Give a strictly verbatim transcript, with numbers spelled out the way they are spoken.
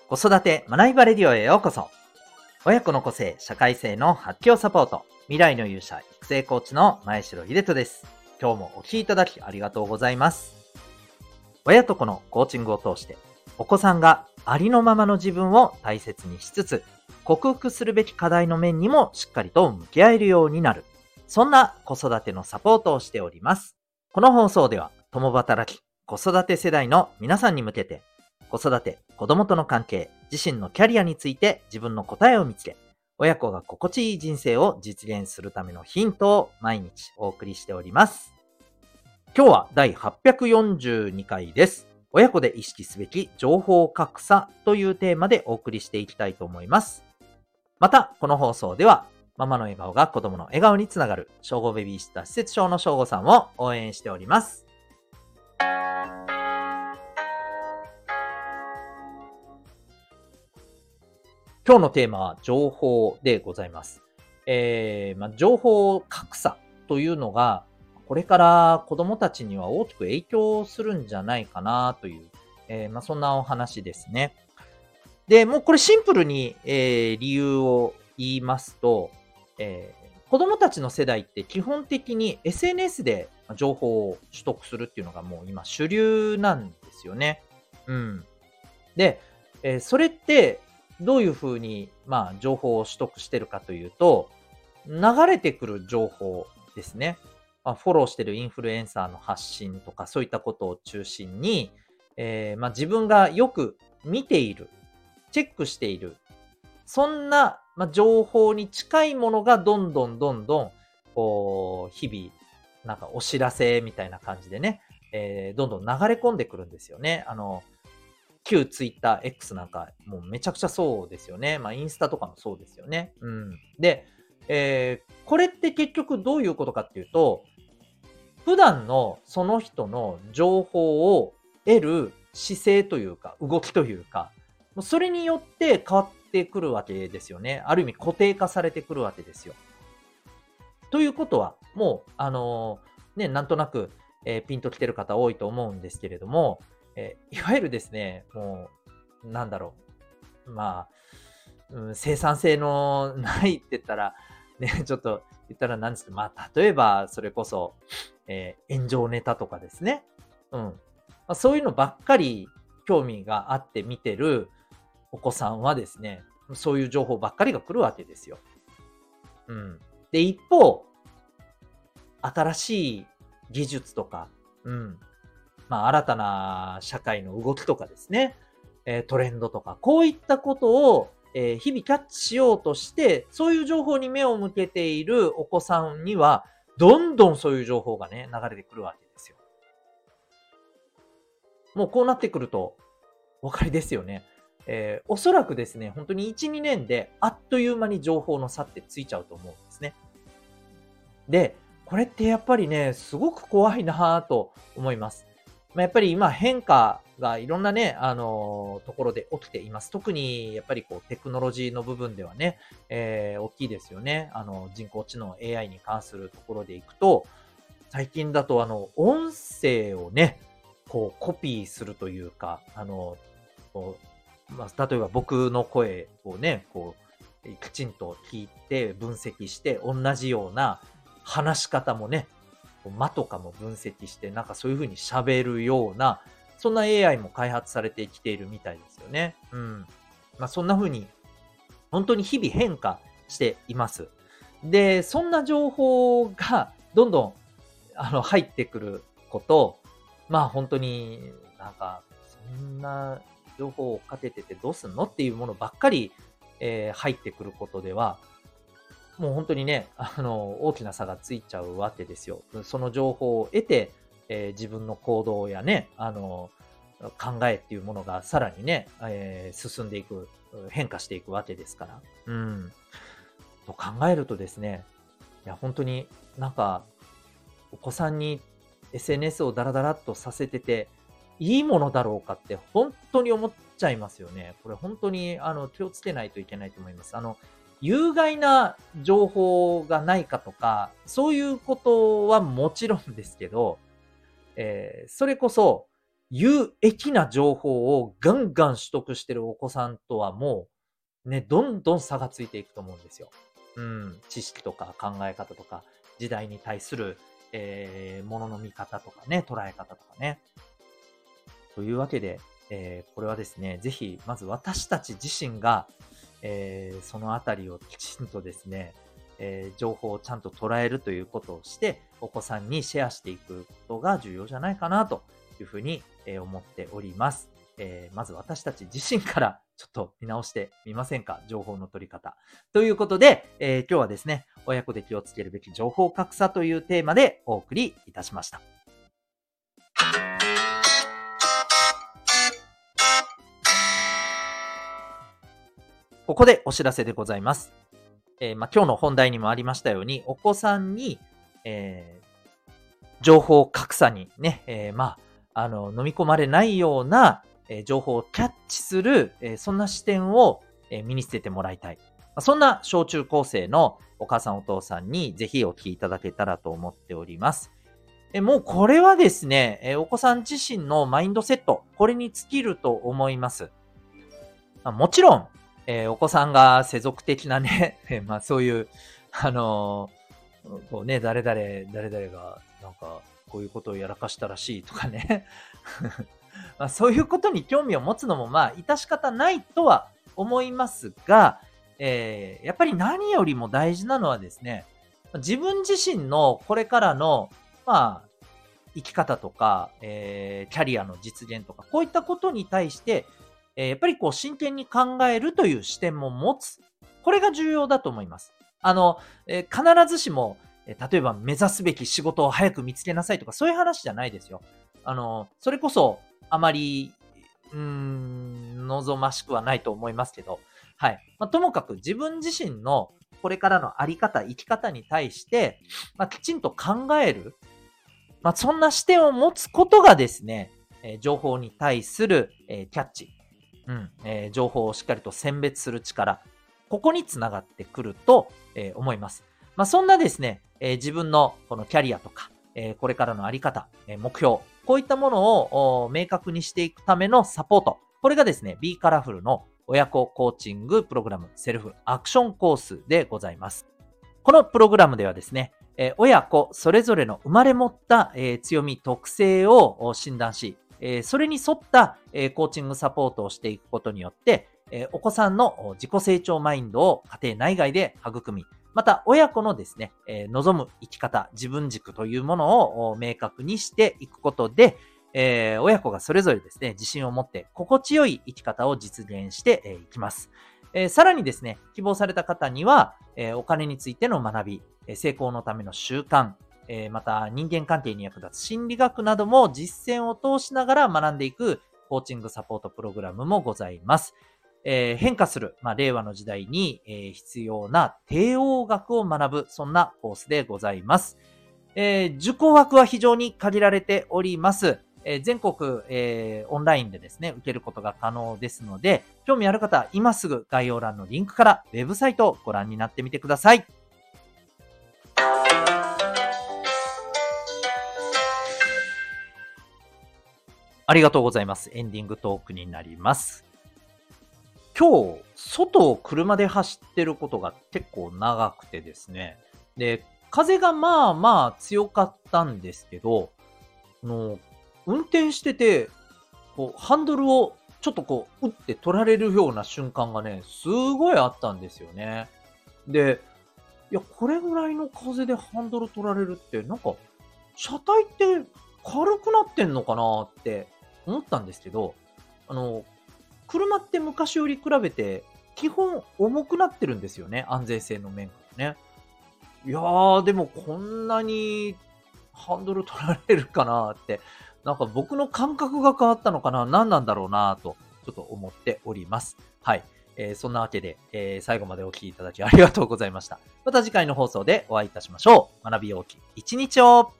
子育て学びバレディオへようこそ。親子の個性、社会性の発揮をサポート。未来の勇者、育成コーチの前城秀人です。今日もお聞きいただきありがとうございます。親と子のコーチングを通して、お子さんがありのままの自分を大切にしつつ、克服するべき課題の面にもしっかりと向き合えるようになる。そんな子育てのサポートをしております。この放送では、共働き、子育て世代の皆さんに向けて、子育て、子供との関係、自身のキャリアについて自分の答えを見つけ、親子が心地いい人生を実現するためのヒントを毎日お送りしております。今日はだいはっぴゃくよんじゅうにかいです。親子で意識すべき情報格差というテーマでお送りしていきたいと思います。また、この放送では、ママの笑顔が子供の笑顔につながる、小5ベビーシッター施設長の小5さんを応援しております。今日のテーマは情報でございます。えーまあ、情報格差というのが、これから子供たちには大きく影響するんじゃないかなという、えーまあ、そんなお話ですね。で、もうこれシンプルに、えー理由を言いますと、えー子供たちの世代って基本的に エスエヌエス で情報を取得するっていうのがもう今主流なんですよね。うん。で、えーそれってどういうふうに、まあ、情報を取得してるかというと、流れてくる情報ですね。まあ、フォローしてるインフルエンサーの発信とか、そういったことを中心に、えーまあ、自分がよく見ている、チェックしている、そんな、まあ、情報に近いものがどんどんどんどん、こう、日々、なんかお知らせみたいな感じでね、えーどんどん流れ込んでくるんですよね。あの、旧ツイッター X なんか、もうめちゃくちゃそうですよね。まあ、インスタとかもそうですよね。うん。で、えーこれって結局どういうことかっていうと、普段のその人の情報を得る姿勢というか、動きというか、もうそれによって変わってくるわけですよね。ある意味固定化されてくるわけですよ。ということは、もう、あのーね、なんとなく、えーピンと来てる方多いと思うんですけれども、えーいわゆるですね、もう、なんだろう、まあ、うん、生産性のないって言ったら、ね、ちょっと言ったらなんですけど、まあ、例えば、それこそ、えー炎上ネタとかですね。うん。まあ、そういうのばっかり興味があって見てるお子さんはですね、そういう情報ばっかりが来るわけですよ。うん。で、一方、新しい技術とか、うん、まあ、新たな社会の動きとかですね、えートレンドとか、こういったことを、えー日々キャッチしようとして、そういう情報に目を向けているお子さんには、どんどんそういう情報がね、流れてくるわけですよ。もうこうなってくると、お分かりですよね。えーおそらくですね、本当にいち、にねんであっという間に情報の差ってついちゃうと思うんですね。で、これってやっぱりね、すごく怖いなぁと思います。まあ、やっぱり今変化がいろんなね、あの、ところで起きています。特にやっぱりこうテクノロジーの部分ではね、えー大きいですよね。あの、人工知能 エーアイ に関するところでいくと、最近だとあの、音声をね、こうコピーするというか、あの、こう、まあ、例えば僕の声をね、こう、きちんと聞いて分析して、同じような話し方もね、こう間とかも分析して、なんかそういう風に喋るような、そんな エーアイ も開発されてきているみたいですよね。うん。まあ、そんな風に、本当に日々変化しています。で、そんな情報がどんどん、あの、入ってくること、まあ、本当になんか、そんな情報を追っかけててどうすんのっていうものばっかり、えー入ってくることでは、もう本当にね、あの、大きな差がついちゃうわけですよ。その情報を得て、えー自分の行動やね、あの、考えっていうものがさらにね、えー進んでいく、変化していくわけですから。うん。と考えるとですね、いや本当になんか、お子さんに エスエヌエス をダラダラっとさせてて、いいものだろうかって本当に思っちゃいますよね。これ本当にあの気をつけないといけないと思います。あの、有害な情報がないかとか、そういうことはもちろんですけど、えーそれこそ、 有益な情報をガンガン取得してるお子さんとはもう、ね、どんどん差がついていくと思うんですよ。うん、知識とか考え方とか、時代に対する、えー、ものの見方とかね、捉え方とかね。というわけで、えーこれはですね、ぜひ、まず私たち自身が、えーそのあたりをきちんとですね、えー情報をちゃんと捉えるということをして、お子さんにシェアしていくことが重要じゃないかなというふうに、えー思っております。えーまず私たち自身からちょっと見直してみませんか？情報の取り方。ということで、えー今日はですね、親子で気をつけるべき情報格差というテーマでお送りいたしました。ここでお知らせでございます。えーまあ、今日の本題にもありましたように、お子さんに、えー情報格差にね、えーまあ、あの、飲み込まれないような、えー情報をキャッチする、えーそんな視点を、えー身につけてもらいたい。まあ、そんな小中高生のお母さんお父さんにぜひお聞きいただけたらと思っております。えもうこれはですね、えーお子さん自身のマインドセット、これに尽きると思います。まあ、もちろん、えーお子さんが世俗的なね、えまあそういう、あのーこうね、誰々、誰々が、なんか、こういうことをやらかしたらしいとかね。まあそういうことに興味を持つのも、まあ、致し方ないとは思いますが、えーやっぱり何よりも大事なのはですね、自分自身のこれからの、まあ、生き方とか、えーキャリアの実現とか、こういったことに対して、えーやっぱりこう真剣に考えるという視点も持つ。これが重要だと思います。あの、えー必ずしも、えー例えば目指すべき仕事を早く見つけなさいとか、そういう話じゃないですよ。あの、それこそ、あまり、うーん、望ましくはないと思いますけど、はい。まあ、ともかく自分自身のこれからのあり方、生き方に対して、まあ、きちんと考える。まあ、そんな視点を持つことがですね、えー情報に対する、えーキャッチ、うん、えー情報をしっかりと選別する力、ここにつながってくると、えー思います。まあ、そんなですね、えー自分のこのキャリアとか、えーこれからのあり方、えー目標、こういったものをお明確にしていくためのサポート、これがですね、B カラフルの親子コーチングプログラムセルフアクションコースでございます。このプログラムではですね、えー親子それぞれの生まれ持った、えー強み、特性をお診断し、えーそれに沿った、えーコーチングサポートをしていくことによって、えーお子さんのお自己成長マインドを家庭内外で育み、また親子のですね、えー望む生き方、自分軸というものをお明確にしていくことで、えー親子がそれぞれですね、自信を持って心地よい生き方を実現してえーいきます。えーさらにですね、希望された方には、えーお金についての学び、えー成功のための習慣、えーまた人間関係に役立つ心理学なども実践を通しながら学んでいくコーチングサポートプログラムもございます。えー変化する、まあ、令和の時代に、えー必要な帝王学を学ぶ、そんなコースでございます。えー受講枠は非常に限られております。えー全国、えーオンラインでですね、受けることが可能ですので、興味ある方は今すぐ概要欄のリンクからウェブサイトをご覧になってみてください。ありがとうございます。エンディングトークになります。今日、外を車で走ってることが結構長くてですね。で、風がまあまあ強かったんですけど、あの、運転してて、こう、ハンドルをちょっとこう、打って取られるような瞬間がね、すごいあったんですよね。で、いや、これぐらいの風でハンドル取られるって、なんか、車体って軽くなってんのかなって思ったんですけど、あの、車って昔より比べて、基本重くなってるんですよね、安全性の面からね。いやー、でもこんなにハンドル取られるかなって、なんか僕の感覚が変わったのかな、何なんだろうなと、ちょっと思っております。はい。えーそんなわけで、えー最後までお聞きいただきありがとうございました。また次回の放送でお会いいたしましょう。学び大きい一日を